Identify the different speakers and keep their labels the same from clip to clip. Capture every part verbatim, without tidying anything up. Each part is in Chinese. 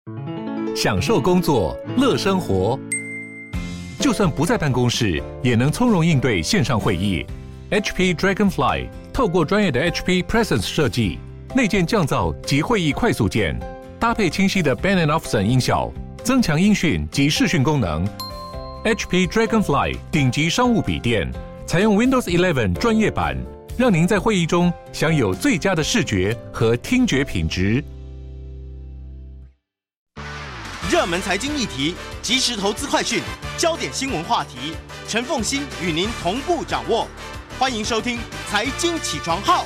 Speaker 1: 享受工作，乐生活。就算不在办公室，也能从容应对线上会议。H P Dragonfly 透过专业的 H P Presence 设计，内建降噪及会议快速键，搭配清晰的 Bang and Olufsen 音效，增强音讯及视讯功能。H P Dragonfly 顶级商务笔电，采用 Windows 十一专业版，让您在会议中享有最佳的视觉和听觉品质。
Speaker 2: 热门财经议题、即时投资快讯、焦点新闻话题，陈凤馨与您同步掌握。欢迎收听《财经起床号》。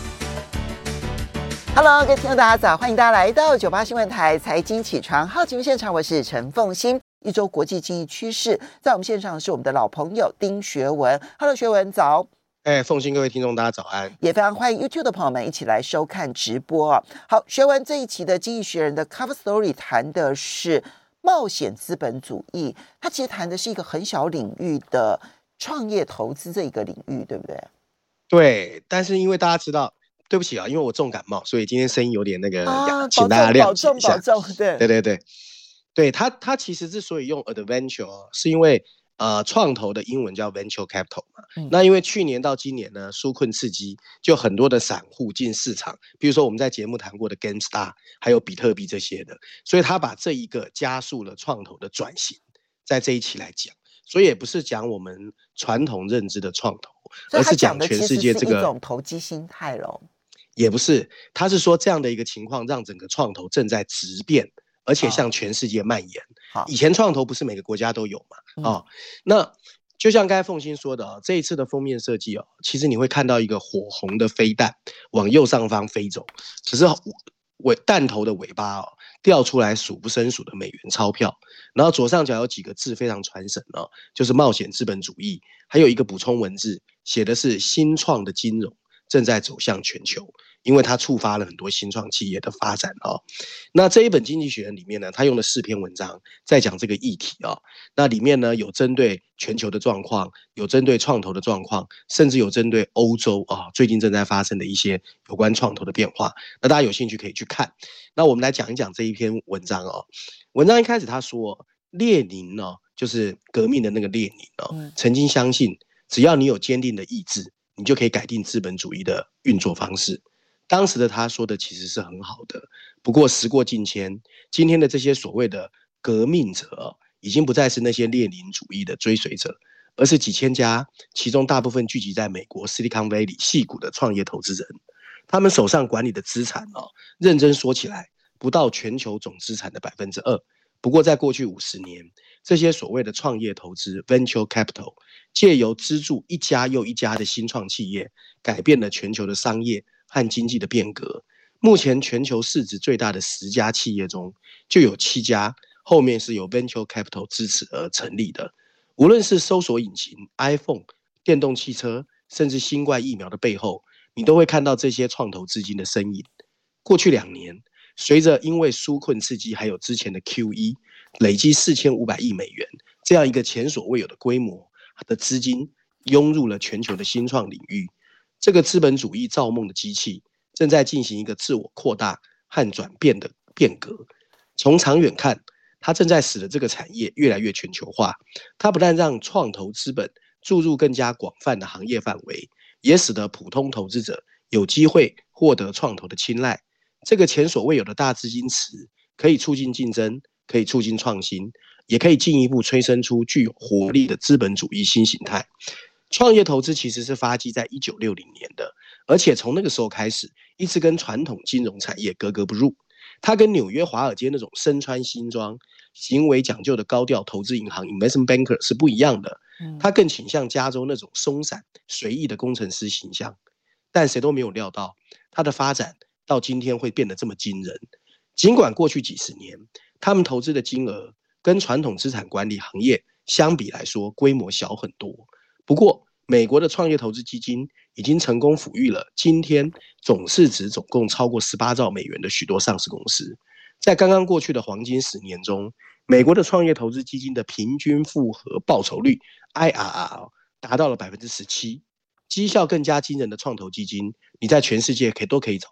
Speaker 3: Hello， 各位听众大家早，欢迎大家来到九八新闻台财经起床号节目现场，我是陈凤馨。一周国际经济趋势，在我们线上是我们的老朋友丁学文。Hello， 学文早。
Speaker 4: 哎，凤馨各位听众大家早安，
Speaker 3: 也非常欢迎 YouTube 的朋友们一起来收看直播啊。好，学文这一期的《经济学人》的 Cover Story 谈的是冒险资本主义，它其实谈的是一个很小领域的创业投资这一个领域，对不对？
Speaker 4: 对，但是因为大家知道，对不起啊，因为我重感冒，所以今天声音有点那个，
Speaker 3: 啊、
Speaker 4: 请大家谅解一下。
Speaker 3: 保重，保重，对，
Speaker 4: 对对对，对他他其实之所以用 adventure， 是因为呃创投的英文叫 venture capital 嘛、嗯。那因为去年到今年呢，纾困刺激，就很多的散户进市场，比如说我们在节目谈过的 GameStar， 还有比特币这些的，所以他把这一个加速了创投的转型，在这一期来讲。所以也不是讲我们传统认知的创投，而是讲全世界这个
Speaker 3: 一种投机心态咯。
Speaker 4: 也不是，他是说这样的一个情况让整个创投正在质变，而且向全世界蔓延。哦、以前创投不是每个国家都有嘛？嗯、哦，那就像刚才凤馨说的、哦，这一次的封面设计哦，其实你会看到一个火红的飞弹往右上方飞走，只是尾弹头的尾巴哦掉出来数不胜数的美元钞票，然后左上角有几个字非常传神哦，就是冒险资本主义，还有一个补充文字写的是新创的金融正在走向全球，因为它触发了很多新创企业的发展哦。那这一本经济学人里面呢，他用了四篇文章在讲这个议题哦。那里面呢有针对全球的状况，有针对创投的状况，甚至有针对欧洲啊、哦、最近正在发生的一些有关创投的变化。那大家有兴趣可以去看。那我们来讲一讲这一篇文章哦。文章一开始他说，列宁呢、哦，就是革命的那个列宁哦，曾经相信只要你有坚定的意志，你就可以改定资本主义的运作方式。当时的他说的其实是很好的，不过时过境迁，今天的这些所谓的革命者已经不再是那些列宁主义的追随者，而是几千家，其中大部分聚集在美国 Silicon Valley 矽谷的创业投资人。他们手上管理的资产哦，认真说起来不到全球总资产的 百分之二。不过在过去五十年，这些所谓的创业投资 Venture Capital 借由资助一家又一家的新创企业，改变了全球的商业和经济的变革。目前全球市值最大的十家企业中，就有七家后面是由 Venture Capital 支持而成立的。无论是搜索引擎、iPhone、电动汽车，甚至新冠疫苗的背后，你都会看到这些创投资金的身影。过去两年，随着因为纾困刺激还有之前的 Q E 累积四千五百亿美元这样一个前所未有的规模的资金涌入了全球的新创领域，这个资本主义造梦的机器正在进行一个自我扩大和转变的变革。从长远看，它正在使得这个产业越来越全球化。它不但让创投资本注入更加广泛的行业范围，也使得普通投资者有机会获得创投的青睐。这个前所未有的大资金池可以促进竞争，可以促进创新，也可以进一步催生出具有活力的资本主义新形态。创业投资其实是发迹在一九六零年的，而且从那个时候开始，一直跟传统金融产业格格不入。它跟纽约华尔街那种身穿西装、行为讲究的高调投资银行 investment banker 是不一样的。它更倾向加州那种松散随意的工程师形象。但谁都没有料到，它的发展到今天会变得这么惊人。尽管过去几十年，他们投资的金额跟传统资产管理行业相比来说规模小很多。不过，美国的创业投资基金已经成功抚育了今天总市值总共超过十八兆美元的许多上市公司。在刚刚过去的黄金十年中，美国的创业投资基金的平均复合报酬率 I R R 达到了 百分之十七。绩效更加惊人的创投基金，你在全世界可以都可以找到。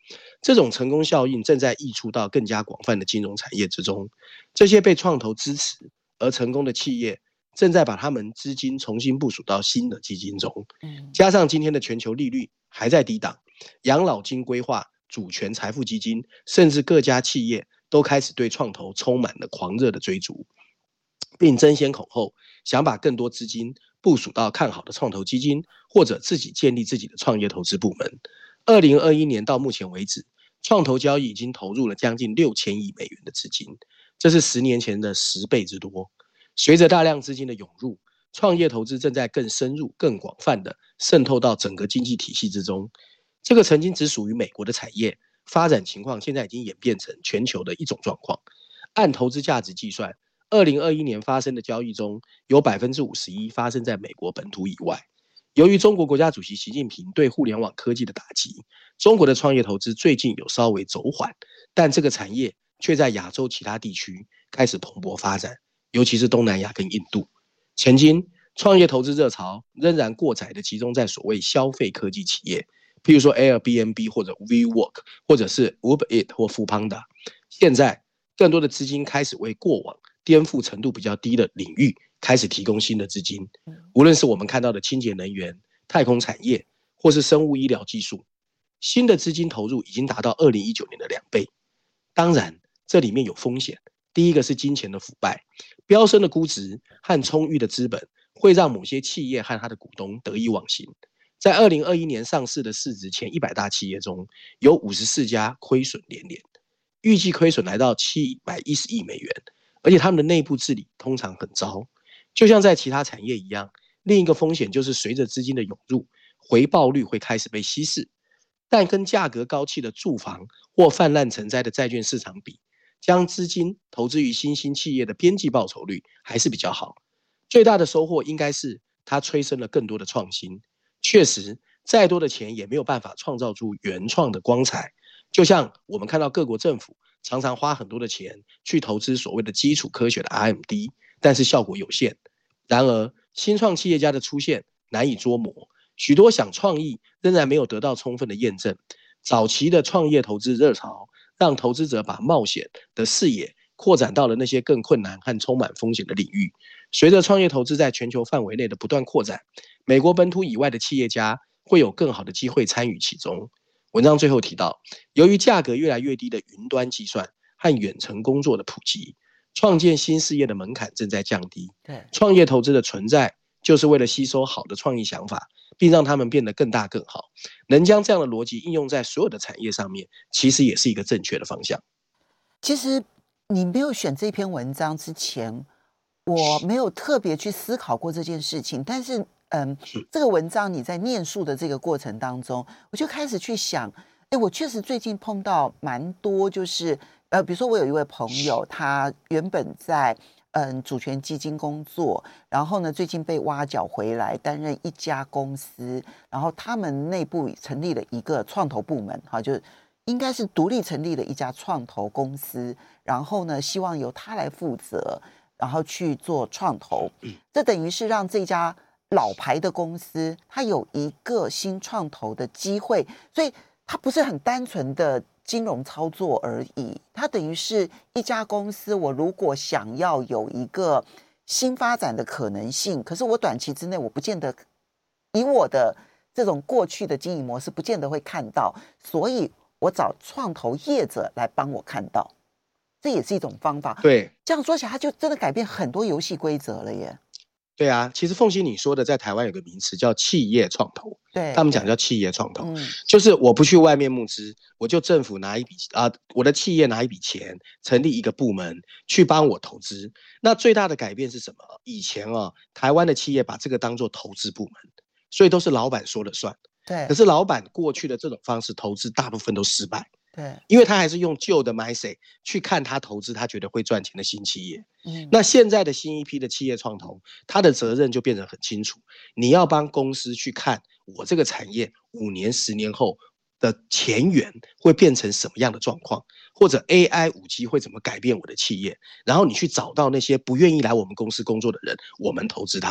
Speaker 4: 这种成功效应正在溢出到更加广泛的金融产业之中。这些被创投支持而成功的企业正在把他们资金重新部署到新的基金中，加上今天的全球利率还在低档，养老金规划、主权财富基金，甚至各家企业都开始对创投充满了狂热的追逐，并争先恐后想把更多资金部署到看好的创投基金，或者自己建立自己的创业投资部门。二零二一年到目前为止，创投交易已经投入了将近六千亿美元的资金，这是十年前的十倍之多。随着大量资金的涌入，创业投资正在更深入、更广泛的渗透到整个经济体系之中。这个曾经只属于美国的产业发展情况，现在已经演变成全球的一种状况。按投资价值计算，二零二一年发生的交易中，有 百分之五十一 发生在美国本土以外。由于中国国家主席习近平对互联网科技的打击，中国的创业投资最近有稍微走缓，但这个产业却在亚洲其他地区开始蓬勃发展，尤其是东南亚跟印度。曾经创业投资热潮仍然过载的集中在所谓消费科技企业，譬如说 Airbnb 或者 WeWork， 或者是 Uber Eats 或 Foodpanda。现在更多的资金开始为过往颠覆程度比较低的领域开始提供新的资金，无论是我们看到的清洁能源、太空产业，或是生物医疗技术，新的资金投入已经达到二零一九年的两倍。当然，这里面有风险。第一个是金钱的腐败，飙升的估值和充裕的资本会让某些企业和他的股东得意忘形。在二零二一年上市的市值前一百大企业中，有五十四家亏损连连，预计亏损来到七百一十亿美元，而且他们的内部治理通常很糟。就像在其他产业一样，另一个风险就是随着资金的涌入，回报率会开始被稀释，但跟价格高企的住房或泛滥成灾的债券市场比，将资金投资于新兴企业的边际报酬率还是比较好。最大的收获应该是它催生了更多的创新。确实，再多的钱也没有办法创造出原创的光彩。就像我们看到各国政府常常花很多的钱去投资所谓的基础科学的 R and D， 但是效果有限。然而，新创企业家的出现难以捉摸，许多想创意仍然没有得到充分的验证。早期的创业投资热潮让投资者把冒险的视野扩展到了那些更困难和充满风险的领域。随着创业投资在全球范围内的不断扩展，美国本土以外的企业家会有更好的机会参与其中。文章最后提到，由于价格越来越低的云端计算和远程工作的普及，创建新事业的门槛正在降低。
Speaker 3: 对，
Speaker 4: 创业投资的存在就是为了吸收好的创意想法，并让他们变得更大更好。能将这样的逻辑应用在所有的产业上面，其实也是一个正确的方向。
Speaker 3: 其实你没有选这篇文章之前，我没有特别去思考过这件事情，但是嗯，这个文章你在念述的这个过程当中，我就开始去想，哎，我确实最近碰到蛮多，就是呃，比如说我有一位朋友，他原本在嗯主权基金工作，然后呢最近被挖角回来担任一家公司，然后他们内部成立了一个创投部门，哈，就应该是独立成立了一家创投公司，然后呢希望由他来负责，然后去做创投，这等于是让这家老牌的公司它有一个新创投的机会，所以它不是很单纯的金融操作而已，它等于是一家公司，我如果想要有一个新发展的可能性，可是我短期之内我不见得以我的这种过去的经营模式不见得会看到，所以我找创投业者来帮我看到，这也是一种方法。
Speaker 4: 对，
Speaker 3: 这样说起来它就真的改变很多游戏规则了耶。
Speaker 4: 对啊，其实凤馨你说的，在台湾有个名词叫企业创投，
Speaker 3: 对，
Speaker 4: 他们讲叫企业创投，
Speaker 3: 嗯，
Speaker 4: 就是我不去外面募资，我就政府拿一笔啊、呃，我的企业拿一笔钱，成立一个部门去帮我投资。那最大的改变是什么？以前啊，台湾的企业把这个当作投资部门，所以都是老板说了算。
Speaker 3: 对，
Speaker 4: 可是老板过去的这种方式投资，大部分都失败。
Speaker 3: 对，
Speaker 4: 因为他还是用旧的 mindset 去看他投资他觉得会赚钱的新企业。
Speaker 3: 嗯，
Speaker 4: 那现在的新一批的企业创投，他的责任就变得很清楚，你要帮公司去看我这个产业五年十年后的前缘会变成什么样的状况，或者 A I 五 G 会怎么改变我的企业，然后你去找到那些不愿意来我们公司工作的人，我们投资他。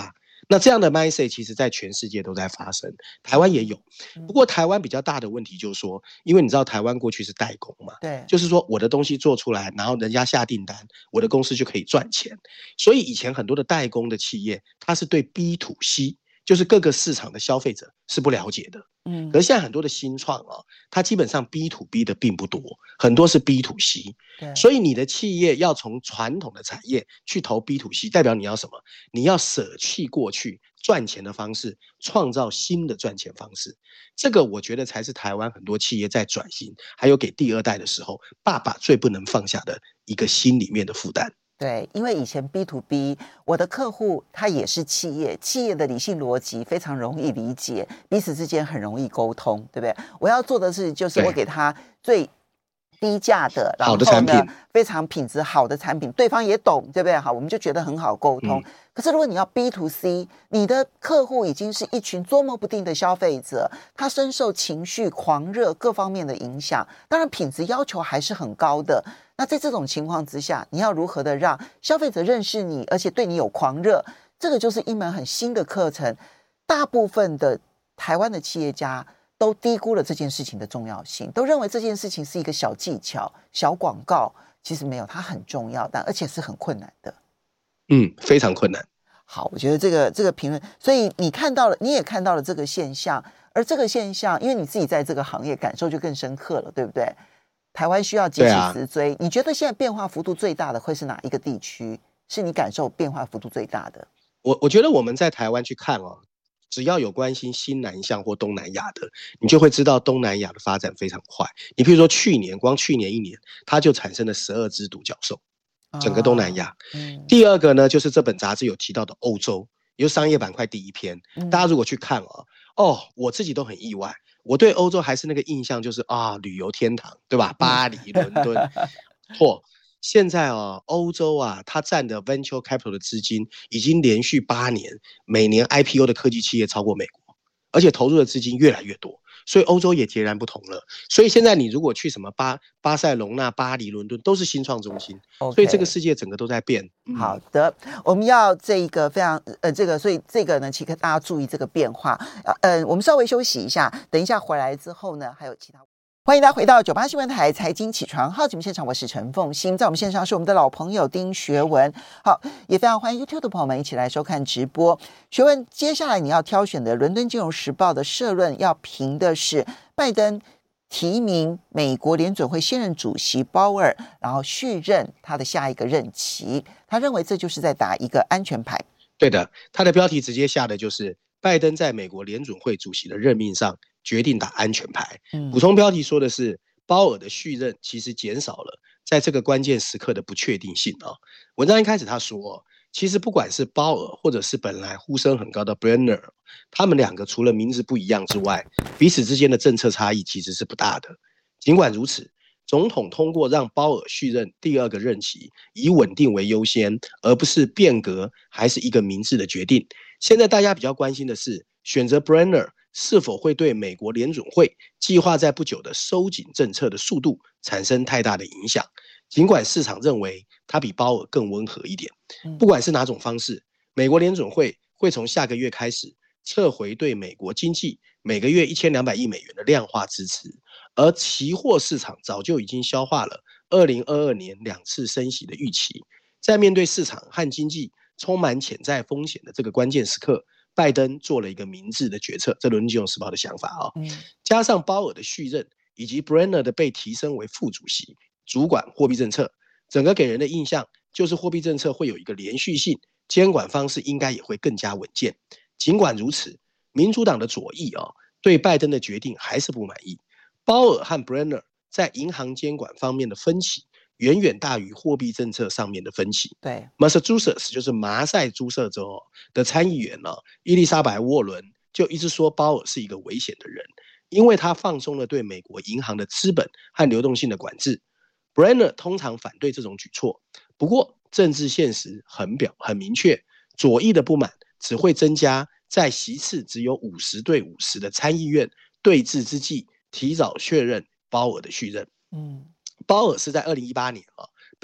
Speaker 4: 那这样的 mindset 其实在全世界都在发生，台湾也有。不过台湾比较大的问题就是说，因为你知道台湾过去是代工嘛，
Speaker 3: 对，
Speaker 4: 就是说我的东西做出来，然后人家下订单，我的公司就可以赚钱。所以以前很多的代工的企业，它是对 B to C， 就是各个市场的消费者是不了解的。嗯，可是现在很多的新创哦，它基本上 B to B 的并不多，很多是 B to C。所以你的企业要从传统的产业去投 B to C， 代表你要什么？你要舍弃过去赚钱的方式，创造新的赚钱方式。这个我觉得才是台湾很多企业在转型，还有给第二代的时候，爸爸最不能放下的一个心里面的负担。
Speaker 3: 对，因为以前 B to B， 我的客户他也是企业，企业的理性逻辑非常容易理解，彼此之间很容易沟通，对不对？我要做的是，就是我给他最低价的，然后呢非常品质好的产品，对方也懂，对不对？好，我们就觉得很好沟通。嗯、可是如果你要 B to C， 你的客户已经是一群捉摸不定的消费者，他深受情绪狂热各方面的影响，当然品质要求还是很高的。那在这种情况之下，你要如何的让消费者认识你，而且对你有狂热？这个就是一门很新的课程。大部分的台湾的企业家都低估了这件事情的重要性，都认为这件事情是一个小技巧、小广告，其实没有，它很重要，但而且是很困难的。
Speaker 4: 嗯，非常困难。
Speaker 3: 好，我觉得这个这个评论，所以你看到了，你也看到了这个现象，而这个现象，因为你自己在这个行业感受就更深刻了，对不对？台湾需要急起直追、啊、你觉得现在变化幅度最大的会是哪一个地区？是你感受变化幅度最大的？
Speaker 4: 我我觉得我们在台湾去看哦，只要有关心新南向或东南亚的，你就会知道东南亚的发展非常快。你譬如说去年，光去年一年，它就产生了十二只独角兽，整个东南亚。哦嗯、第二个呢，就是这本杂志有提到的欧洲，有商业板块第一篇，嗯、大家如果去看哦，哦，我自己都很意外。我对欧洲还是那个印象，就是啊，旅游天堂，对吧？巴黎、伦敦，错。现在啊，欧洲啊，它占的 venture capital 的资金已经连续八年，每年 I P O 的科技企业超过美国，而且投入的资金越来越多，所以欧洲也截然不同了。所以现在你如果去什么巴巴塞隆纳、巴黎、伦敦，都是新创中心， okay. 所以这个世界整个都在变。嗯、
Speaker 3: 好的，我们要这一个非常呃，这个所以这个呢，请大家注意这个变化。呃，我们稍微休息一下，等一下回来之后呢，还有其他。欢迎大家回到九八新闻台财经起床号节目现场，我是陈凤馨，在我们线上是我们的老朋友丁学文。好，也非常欢迎 YouTube 的朋友们一起来收看直播。学文，接下来你要挑选的《伦敦金融时报》的社论要评的是拜登提名美国联准会现任主席鲍尔，然后续任他的下一个任期。他认为这就是在打一个安全牌。
Speaker 4: 对的，他的标题直接下的就是拜登在美国联准会主席的任命上决定打安全牌。补充标题说的是鲍尔的续任其实减少了在这个关键时刻的不确定性、哦、文章一开始他说，其实不管是鲍尔或者是本来呼声很高的 Brenner， 他们两个除了名字不一样之外，彼此之间的政策差异其实是不大的。尽管如此，总统通过让鲍尔续任第二个任期，以稳定为优先，而不是变革还是一个明智的决定。现在大家比较关心的是，选择 Brenner是否会对美国联准会计划在不久的收紧政策的速度产生太大的影响。尽管市场认为他比鲍尔更温和一点，不管是哪种方式，美国联准会会从下个月开始撤回对美国经济每个月一千两百亿美元的量化支持，而期货市场早就已经消化了二零二二年两次升息的预期。在面对市场和经济充满潜在风险的这个关键时刻，拜登做了一个明智的决策，这《伦敦金融时报》的想法啊、哦嗯，加上鲍尔的续任以及 Brenner 的被提升为副主席，主管货币政策，整个给人的印象就是货币政策会有一个连续性，监管方式应该也会更加稳健。尽管如此，民主党的左翼啊、哦，对拜登的决定还是不满意。鲍尔和 Brenner 在银行监管方面的分歧远远大于货币政策上面的分歧。
Speaker 3: 对
Speaker 4: Massachusetts 就是麻塞诸塞州的参议员呢、哦，伊丽莎白沃伦就一直说鲍尔是一个危险的人，因为他放松了对美国银行的资本和流动性的管制。Brenner 通常反对这种举措，不过政治现实很表很明确，左翼的不满只会增加在席次只有五十对五十的参议院对峙之际，提早确认鲍尔的续任。嗯，鲍尔是在二零一八年、啊、被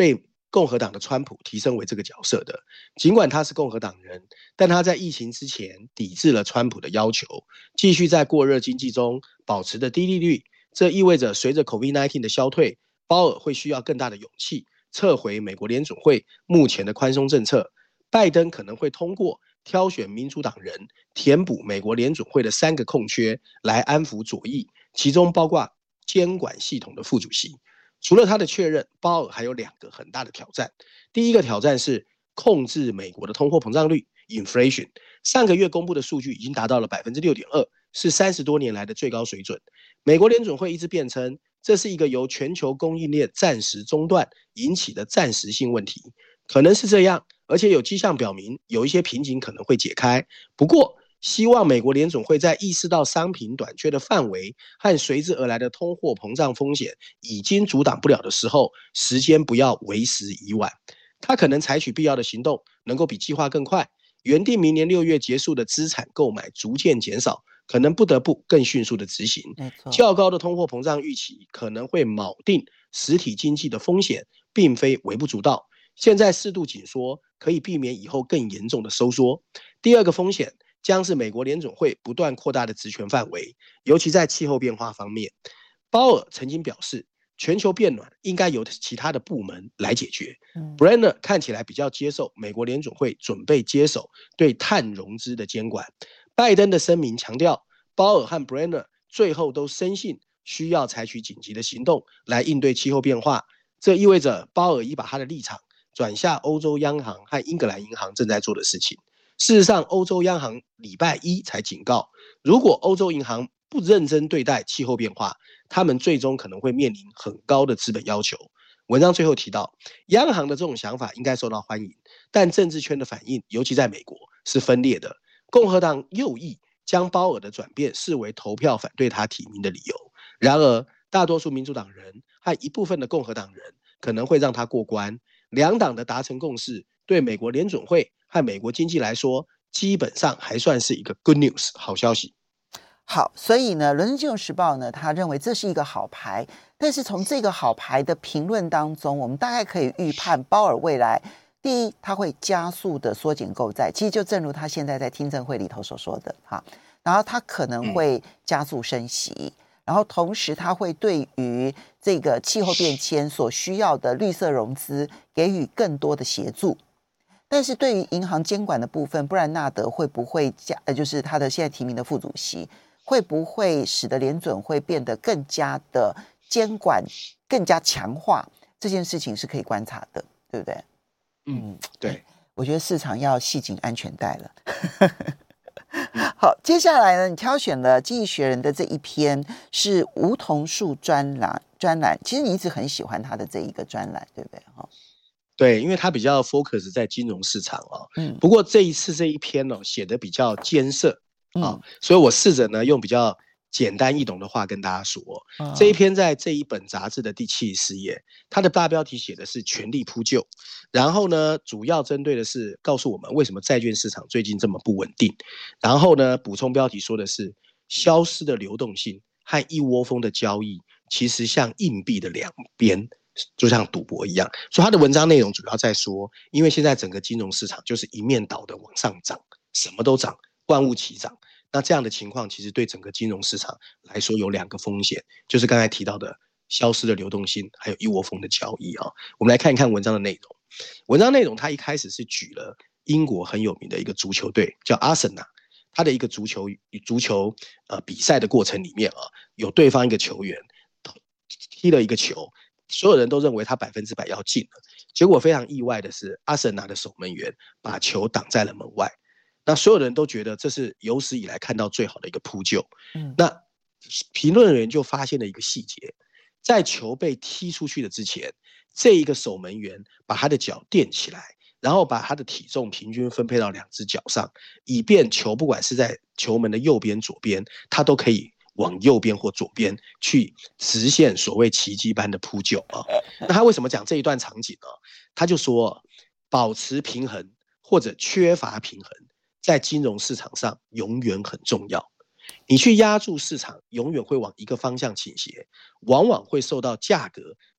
Speaker 4: 共和党的川普提升为这个角色的。尽管他是共和党人，但他在疫情之前抵制了川普的要求，继续在过热经济中保持着低利率。这意味着随着 COVID 十九 的消退，鲍尔会需要更大的勇气撤回美国联准会目前的宽松政策。拜登可能会通过挑选民主党人填补美国联准会的三个空缺来安抚左翼，其中包括监管系统的副主席。除了他的确认，鲍尔还有两个很大的挑战。第一个挑战是控制美国的通货膨胀率 inflation， 上个月公布的数据已经达到了 百分之六点二， 是三十多年来的最高水准。美国联准会一直辩称这是一个由全球供应链暂时中断引起的暂时性问题，可能是这样，而且有迹象表明有一些瓶颈可能会解开。不过希望美国联准会在意识到商品短缺的范围和随之而来的通货膨胀风险已经阻挡不了的时候，时间不要为时已晚。他可能采取必要的行动，能够比计划更快。原定明年六月结束的资产购买逐渐减少，可能不得不更迅速的执行。较高的通货膨胀预期可能会锚定实体经济的风险，并非微不足道。现在适度紧缩可以避免以后更严重的收缩。第二个风险将是美国联准会不断扩大的职权范围，尤其在气候变化方面。鲍尔曾经表示，全球变暖应该由其他的部门来解决。嗯、Brenner 看起来比较接受美国联准会准备接手对碳融资的监管。拜登的声明强调，鲍尔和 Brenner 最后都深信需要采取紧急的行动来应对气候变化。这意味着鲍尔已把他的立场转向欧洲央行和英格兰银行正在做的事情。事实上，欧洲央行礼拜一才警告，如果欧洲银行不认真对待气候变化，他们最终可能会面临很高的资本要求。文章最后提到，央行的这种想法应该受到欢迎，但政治圈的反应，尤其在美国是分裂的。共和党右翼将鲍尔的转变视为投票反对他提名的理由，然而大多数民主党人和一部分的共和党人可能会让他过关。两党的达成共识对美国联准会和美国经济来说，基本上还算是一个 good news 好消息。
Speaker 3: 好，所以呢，伦敦金融时报呢，他认为这是一个好牌，但是从这个好牌的评论当中，我们大概可以预判鲍尔未来，第一，他会加速的缩减购债，其实就正如他现在在听证会里头所说的哈，然后他可能会加速升息。嗯，然后同时他会对于这个气候变迁所需要的绿色融资给予更多的协助。但是对于银行监管的部分，布兰纳德会不会加呃，就是他的现在提名的副主席，会不会使得联准会变得更加的监管更加强化，这件事情是可以观察的，对不对？
Speaker 4: 嗯，对，
Speaker 3: 我觉得市场要系紧安全带了。好，接下来呢，你挑选了《经济学人》的这一篇是梧桐树专栏专栏，其实你一直很喜欢他的这一个专栏，对不对？哈，
Speaker 4: 对，因为他比较 focus 在金融市场哦。嗯，不过这一次这一篇哦写的比较艰涩啊，哦，嗯，所以我试着呢用比较简单易懂的话跟大家说，哦，这一篇在这一本杂志的第七十四页，它的大标题写的是全力扑救，然后呢主要针对的是告诉我们为什么债券市场最近这么不稳定，然后呢补充标题说的是消失的流动性和一窝蜂的交易其实像硬币的两边，就像赌博一样。所以他的文章内容主要在说，因为现在整个金融市场就是一面倒的往上涨，什么都涨，万物齐涨，那这样的情况其实对整个金融市场来说有两个风险，就是刚才提到的消失的流动性还有一窝蜂的交易啊。我们来看一看文章的内容。文章内容它一开始是举了英国很有名的一个足球队叫阿森纳，他的一个足球足球呃比赛的过程里面啊，有对方一个球员踢了一个球，所有人都认为他百分之百要进了，结果非常意外的是，阿森纳的守门员把球挡在了门外。那所有人都觉得这是有史以来看到最好的一个扑救。嗯，那评论人员就发现了一个细节，在球被踢出去的之前，这一个守门员把他的脚垫起来，然后把他的体重平均分配到两只脚上，以便球不管是在球门的右边左边，他都可以往右边或左边去实现所谓奇迹般的扑救啊。那他为什么讲这一段场景呢？他就说，保持平衡或者缺乏平衡在金融市场上永远很重要。你去压住市场，永远会往一个方向倾斜，往往会受到价格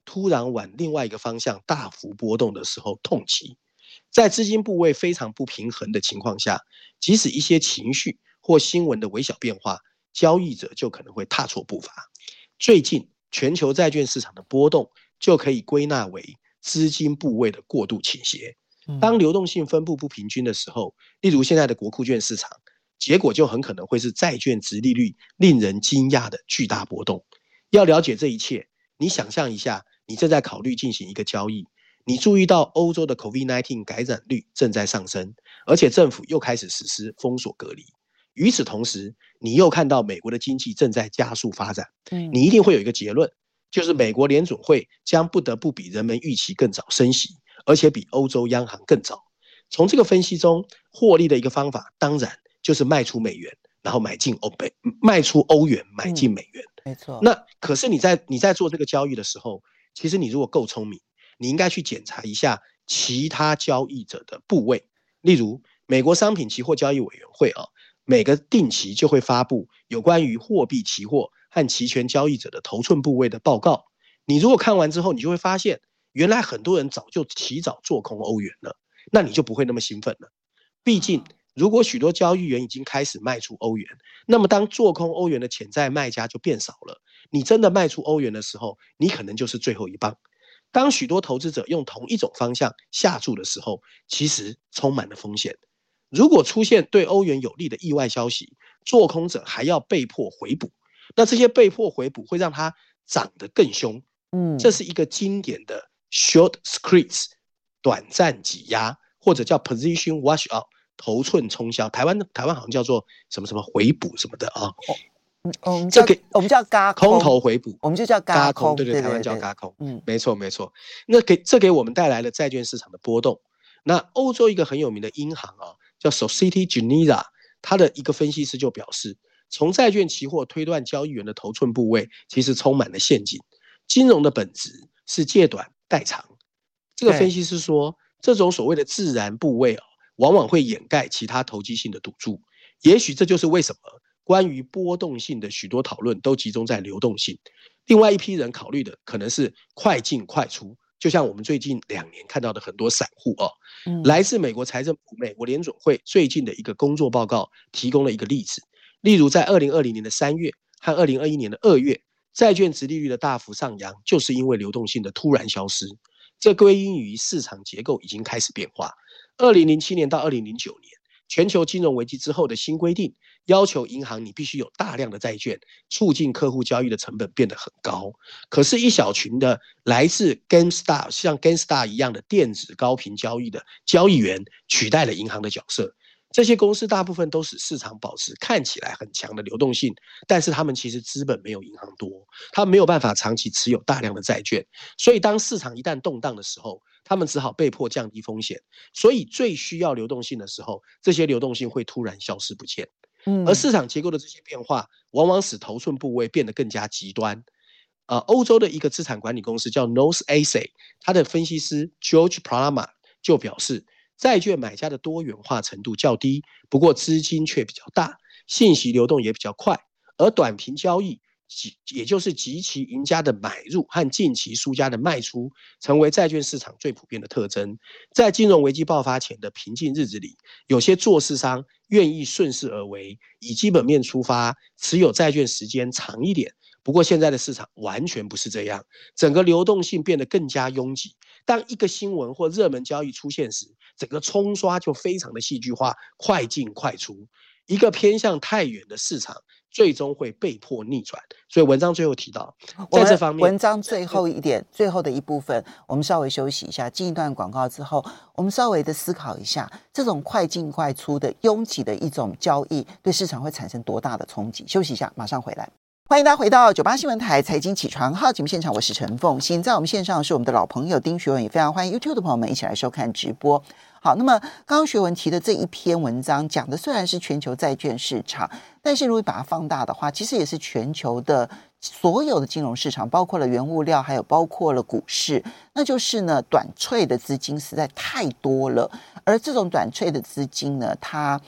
Speaker 4: 突然往另外一个方向大幅波动的时候痛击。在资金部位非常不平衡的情况下，即使一些情绪或新闻的微小变化，交易者就可能会踏错步伐。最近全球债券市场的波动就可以归纳为资金部位的过度倾斜。当流动性分布不平均的时候，例如现在的国库券市场，结果就很可能会是债券殖利率令人惊讶的巨大波动。要了解这一切，你想象一下，你正在考虑进行一个交易，你注意到欧洲的 COVID 十九 感染率正在上升，而且政府又开始实施封锁隔离。与此同时，你又看到美国的经济正在加速发展，你一定会有一个结论，就是美国联准会将不得不比人们预期更早升息，而且比欧洲央行更早。从这个分析中获利的一个方法，当然就是卖出美元，然后买进欧美，卖出欧元，买进美元。
Speaker 3: 嗯、没错。
Speaker 4: 那可是你在你在做这个交易的时候，其实你如果够聪明，你应该去检查一下其他交易者的部位。例如，美国商品期货交易委员会啊，每个定期就会发布有关于货币期货和期权交易者的头寸部位的报告。你如果看完之后，你就会发现，原来很多人早就提早做空欧元了，那你就不会那么兴奋了。毕竟，如果许多交易员已经开始卖出欧元，那么当做空欧元的潜在卖家就变少了。你真的卖出欧元的时候，你可能就是最后一棒。当许多投资者用同一种方向下注的时候，其实充满了风险。如果出现对欧元有利的意外消息，做空者还要被迫回补，那这些被迫回补会让它涨得更凶。嗯，这是一个经典的 short squeeze 短暂挤压，或者叫 position wash out 头寸冲销。台湾台湾好像叫做什么什么回补什么的啊。
Speaker 3: 嗯，我们叫我们叫嘎空，
Speaker 4: 空头回补，
Speaker 3: 我们就叫嘎空，
Speaker 4: 对对，对对台湾叫嘎空。
Speaker 3: 嗯，
Speaker 4: 没错没错。那给这给我们带来了债券市场的波动。那欧洲一个很有名的银行啊，叫 Societe Generale， 他的一个分析师就表示，从债券期货推断交易员的头寸部位，其实充满了陷阱。金融的本质是借短代长。这个分析师说，这种所谓的自然部位啊，往往会掩盖其他投机性的赌注。也许这就是为什么关于波动性的许多讨论都集中在流动性。另外一批人考虑的可能是快进快出，就像我们最近两年看到的很多散户哦。嗯、来自美国财政部、美国联准会最近的一个工作报告提供了一个例子。例如在二零二零年的三月和二零二一年的二月，债券殖利率的大幅上扬，就是因为流动性的突然消失。这归因于市场结构已经开始变化。二零零七年到二零零九年，全球金融危机之后的新规定，要求银行你必须有大量的债券，促进客户交易的成本变得很高。可是，一小群的来自 GameStar 像 GameStar 一样的电子高频交易的交易员，取代了银行的角色。这些公司大部分都使市场保持看起来很强的流动性，但是他们其实资本没有银行多，他们没有办法长期持有大量的债券，所以当市场一旦动荡的时候，他们只好被迫降低风险。所以最需要流动性的时候，这些流动性会突然消失不见。嗯、而市场结构的这些变化，往往使头寸部位变得更加极端。呃，欧洲的一个资产管理公司叫 North Asset， 他的分析师 George Palama 就表示，债券买家的多元化程度较低，不过资金却比较大，信息流动也比较快，而短频交易，也就是极其赢家的买入和近期输家的卖出，成为债券市场最普遍的特征。在金融危机爆发前的平静日子里，有些做市商愿意顺势而为，以基本面出发，持有债券时间长一点。不过现在的市场完全不是这样，整个流动性变得更加拥挤。当一个新闻或热门交易出现时，整个冲刷就非常的戏剧化，快进快出。一个偏向太远的市场，最终会被迫逆转。所以文章最后提到，在这方面，
Speaker 3: 文章最后一点，最后的一部分，我们稍微休息一下，进一段广告之后，我们稍微的思考一下，这种快进快出的拥挤的一种交易，对市场会产生多大的冲击？休息一下，马上回来。欢迎大家回到九八新闻台财经起床号节目现场，我是陈凤馨，在我们线上是我们的老朋友丁学文，也非常欢迎 YouTube 的朋友们一起来收看直播。好，那么刚刚学文提的这一篇文章讲的虽然是全球债券市场，但是如果把它放大的话，其实也是全球的所有的金融市场，包括了原物料，还有包括了股市。那就是呢，短脆的资金实在太多了，而这种短脆的资金呢，它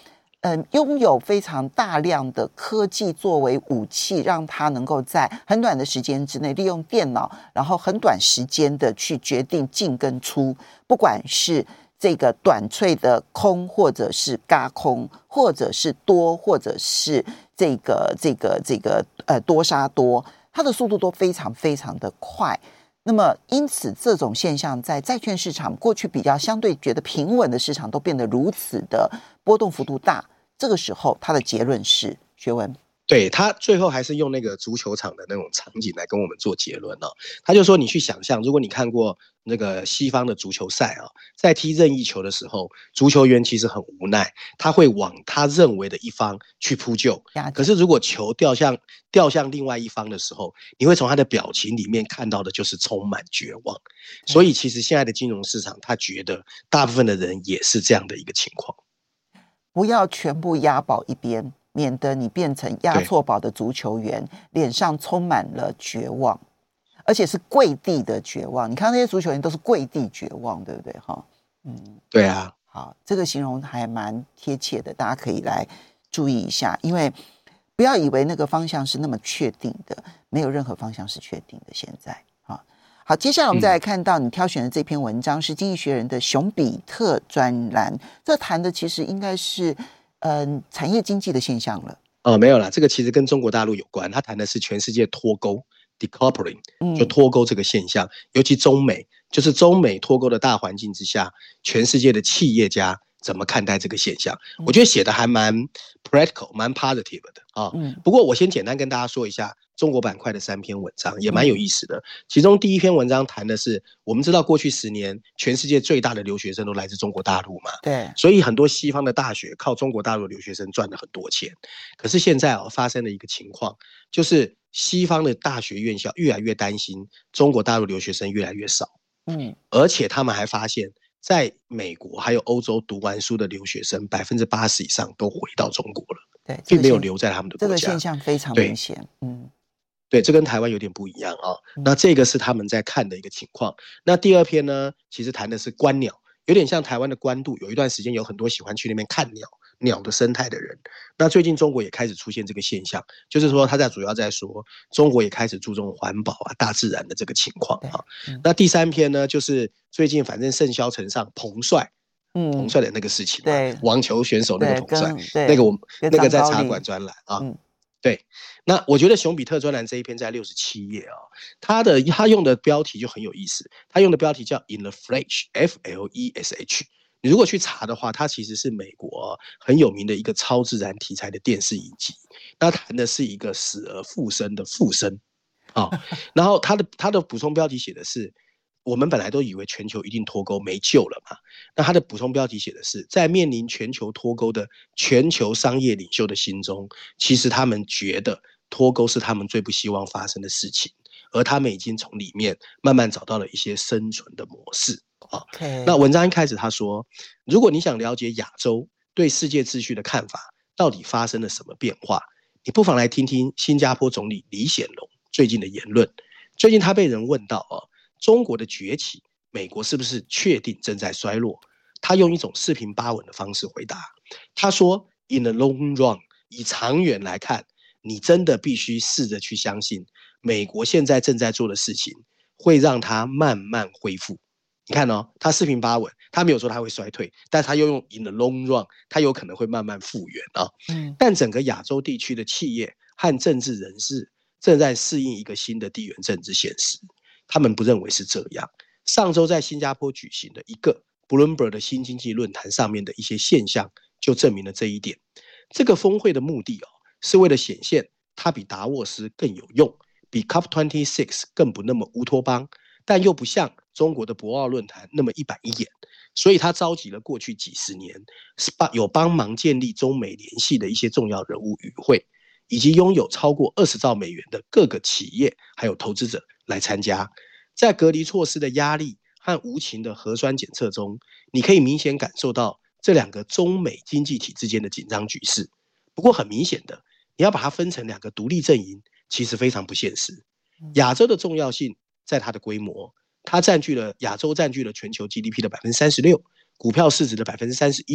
Speaker 3: 嗯，拥有非常大量的科技作为武器，让它能够在很短的时间之内利用电脑，然后很短时间的去决定进跟出，不管是这个短脆的空，或者是轧空，或者是多，或者是这个这个这个呃多杀多，它的速度都非常非常的快。那么因此这种现象在债券市场过去比较相对觉得平稳的市场都变得如此的波动幅度大，这个时候他的结论是，学文，
Speaker 4: 对，他最后还是用那个足球场的那种场景来跟我们做结论哦。他就说，你去想象，如果你看过那个西方的足球赛啊，在踢任意球的时候，足球员其实很无奈，他会往他认为的一方去扑救。可是如果球掉向掉向另外一方的时候，你会从他的表情里面看到的就是充满绝望。所以其实现在的金融市场，他觉得大部分的人也是这样的一个情况。
Speaker 3: 不要全部押宝一边，免得你变成押错宝的足球员，脸上充满了绝望，而且是跪地的绝望。你看那些足球员都是跪地绝望，对不对？哈，嗯，
Speaker 4: 对啊。
Speaker 3: 好，这个形容还蛮贴切的，大家可以来注意一下，因为不要以为那个方向是那么确定的，没有任何方向是确定的。现在，哈，好，接下来我们再来看到你挑选的这篇文章是《经济学人》的熊彼特专栏，这谈的其实应该是嗯、呃、产业经济的现象了。
Speaker 4: 哦，没有啦，这个其实跟中国大陆有关，他谈的是全世界脱钩 decoupling， 就脱钩这个现象，嗯、尤其中美，就是中美脱钩的大环境之下，全世界的企业家怎么看待这个现象？嗯、我觉得写的还蛮 practical， 蛮 positive 的啊。哦嗯、不过我先简单跟大家说一下中国板块的三篇文章，也蛮有意思的。嗯、其中第一篇文章谈的是，我们知道过去十年，全世界最大的留学生都来自中国大陆嘛，
Speaker 3: 对，
Speaker 4: 所以很多西方的大学靠中国大陆留学生赚了很多钱。可是现在哦，发生了一个情况，就是西方的大学院校越来越担心中国大陆留学生越来越少，嗯，而且他们还发现，在美国还有欧洲读完书的留学生，百分之八十以上都回到中国了，
Speaker 3: 对，
Speaker 4: 并没有留在他们的国家。
Speaker 3: 这个现象非常明显，嗯。
Speaker 4: 对，这跟台湾有点不一样啊、哦。那这个是他们在看的一个情况。那第二篇呢，其实谈的是观鸟，有点像台湾的关渡，有一段时间有很多喜欢去那边看鸟、鸟的生态的人。那最近中国也开始出现这个现象，就是说他在主要在说中国也开始注重环保啊、大自然的这个情况啊。嗯、那第三篇呢，就是最近反正盛嚣尘上彭帅。嗯，彭帅的那个事情，对，网球选手那个彭帅，那个我那个在茶馆专栏啊。嗯对，那我觉得熊彼特专栏这一篇在六十七页啊、哦，他的他用的标题就很有意思，他用的标题叫 In the Flesh F L E S H。你如果去查的话，它其实是美国很有名的一个超自然题材的电视影集。那谈的是一个死而复生的复生啊、哦，然后他的他的补充标题写的是。我们本来都以为全球一定脱钩没救了嘛，那他的补充标题写的是，在面临全球脱钩的全球商业领袖的心中，其实他们觉得脱钩是他们最不希望发生的事情，而他们已经从里面慢慢找到了一些生存的模式啊。Okay. 那文章一开始他说，如果你想了解亚洲对世界秩序的看法到底发生了什么变化，你不妨来听听新加坡总理李显龙最近的言论。最近他被人问到啊。中国的崛起，美国是不是确定正在衰落？他用一种四平八稳的方式回答。他说 ：“In the long run， 以长远来看，你真的必须试着去相信，美国现在正在做的事情会让它慢慢恢复。”你看哦，他四平八稳，他没有说他会衰退，但他又用 “in the long run”， 他有可能会慢慢复原啊。嗯。但整个亚洲地区的企业和政治人士正在适应一个新的地缘政治现实。他们不认为是这样。上周在新加坡举行的一个 Bloomberg 的新经济论坛上面的一些现象，就证明了这一点。这个峰会的目的哦，是为了显现它比达沃斯更有用，比 C O P 二十六 更不那么乌托邦，但又不像中国的博鳌论坛那么一板一眼。所以他召集了过去几十年有帮忙建立中美联系的一些重要人物与会，以及拥有超过二十兆美元的各个企业还有投资者来参加。在隔离措施的压力和无情的核酸检测中，你可以明显感受到这两个中美经济体之间的紧张局势。不过很明显的，你要把它分成两个独立阵营，其实非常不现实。亚洲的重要性在它的规模，它占据了亚洲占据了全球 G D P 的 百分之三十六， 股票市值的 百分之三十一，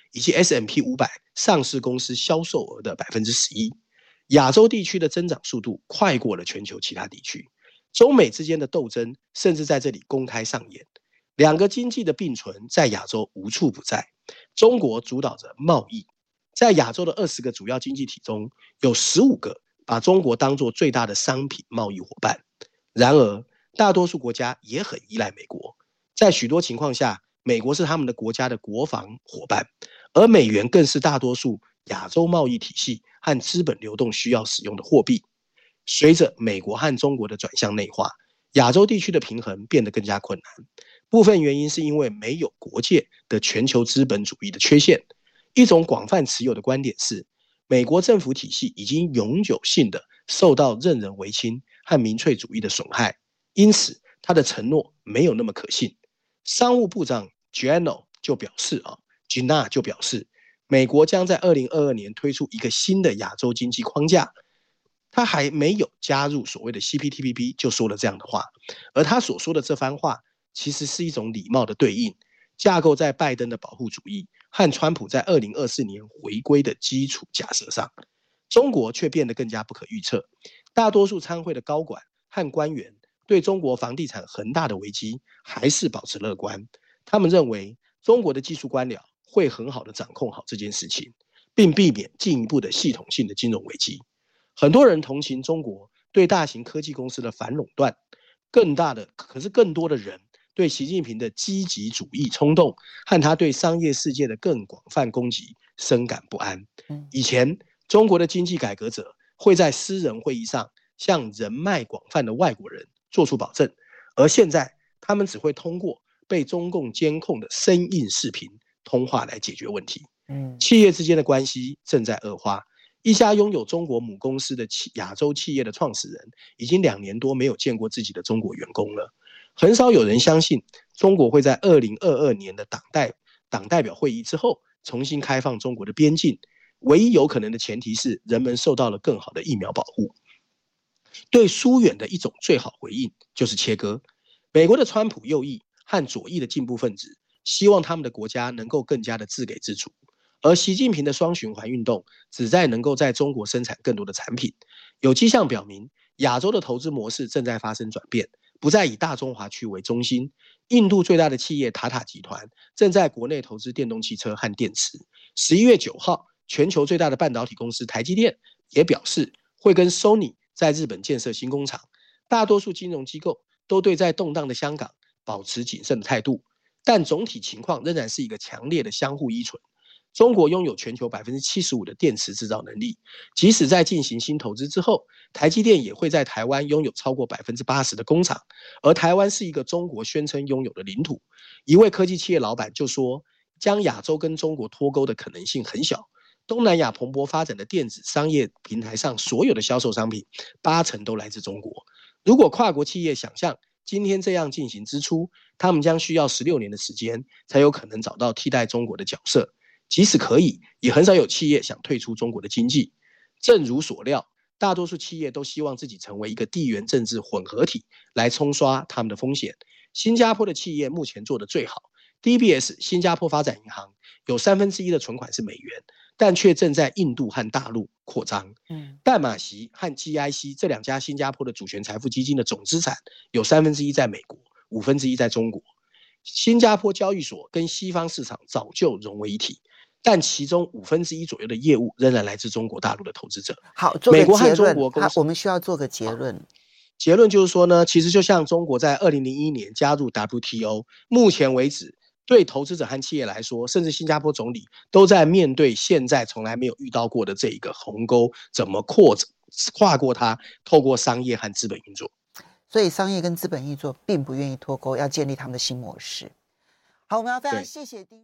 Speaker 4: 以及 S and P 五百 上市公司销售额的 百分之十一。亚洲地区的增长速度快过了全球其他地区，中美之间的斗争甚至在这里公开上演。两个经济的并存在亚洲无处不在。中国主导着贸易，在亚洲的二十个主要经济体中，有十五个把中国当作最大的商品贸易伙伴。然而，大多数国家也很依赖美国，在许多情况下，美国是他们的国家的国防伙伴，而美元更是大多数亚洲贸易体系和资本流动需要使用的货币。随着美国和中国的转向内化，亚洲地区的平衡变得更加困难。部分原因是因为没有国界的全球资本主义的缺陷。一种广泛持有的观点是，美国政府体系已经永久性的受到任人唯亲和民粹主义的损害，因此他的承诺没有那么可信。商务部长 Gino 就表示啊 ，Gina 就表示，美国将在二零二二年推出一个新的亚洲经济框架。他还没有加入所谓的 C P T P P 就说了这样的话，而他所说的这番话其实是一种礼貌的对应，架构在拜登的保护主义和川普在二零二四年回归的基础假设上。中国却变得更加不可预测，大多数参会的高管和官员对中国房地产恒大的危机还是保持乐观。他们认为中国的技术官僚会很好的掌控好这件事情，并避免进一步的系统性的金融危机。很多人同情中国对大型科技公司的反垄断，更大的可是更多的人对习近平的积极主义冲动和他对商业世界的更广泛攻击深感不安。以前中国的经济改革者会在私人会议上向人脉广泛的外国人做出保证，而现在他们只会通过被中共监控的声印视频通话来解决问题。企业之间的关系正在恶化。一家拥有中国母公司的亚洲企业的创始人已经两年多没有见过自己的中国员工了。很少有人相信中国会在二零二二年的党代党代表会议之后重新开放中国的边境，唯一有可能的前提是人们受到了更好的疫苗保护。对疏远的一种最好回应就是切割。美国的川普右翼和左翼的进步分子希望他们的国家能够更加的自给自足，而习近平的双循环运动旨在能够在中国生产更多的产品。有迹象表明，亚洲的投资模式正在发生转变，不再以大中华区为中心。印度最大的企业塔塔集团正在国内投资电动汽车和电池。十一月九号，全球最大的半导体公司台积电也表示会跟 Sony 在日本建设新工厂。大多数金融机构都对在动荡的香港保持谨慎的态度，但总体情况仍然是一个强烈的相互依存。中国拥有全球 百分之七十五 的电池制造能力，即使在进行新投资之后，台积电也会在台湾拥有超过 百分之八十 的工厂，而台湾是一个中国宣称拥有的领土。一位科技企业老板就说，将亚洲跟中国脱钩的可能性很小。东南亚蓬勃发展的电子商业平台上所有的销售商品八成都来自中国。如果跨国企业想象今天这样进行支出，他们将需要十六年的时间才有可能找到替代中国的角色。即使可以，也很少有企业想退出中国的经济。正如所料，大多数企业都希望自己成为一个地缘政治混合体，来冲刷他们的风险。新加坡的企业目前做得最好 ，D B S 新加坡发展银行有三分之一的存款是美元，但却正在印度和大陆扩张。嗯，淡马锡和 G I C 这两家新加坡的主权财富基金的总资产有三分之一在美国，五分之一在中国。新加坡交易所跟西方市场早就融为一体。但其中五分之一左右的业务仍然来自中国大陆的投资者。
Speaker 3: 好，做个结论。
Speaker 4: 美国和中国公司，
Speaker 3: 我们需要做个结论。
Speaker 4: 结论就是说呢，其实就像中国在二零零一年加入 W T O， 目前为止，对投资者和企业来说，甚至新加坡总理都在面对现在从来没有遇到过的这一个鸿沟，怎么扩跨过它，透过商业和资本运作。
Speaker 3: 所以商业跟资本运作并不愿意脱钩，要建立他们的新模式。好，我们要非常谢谢第一。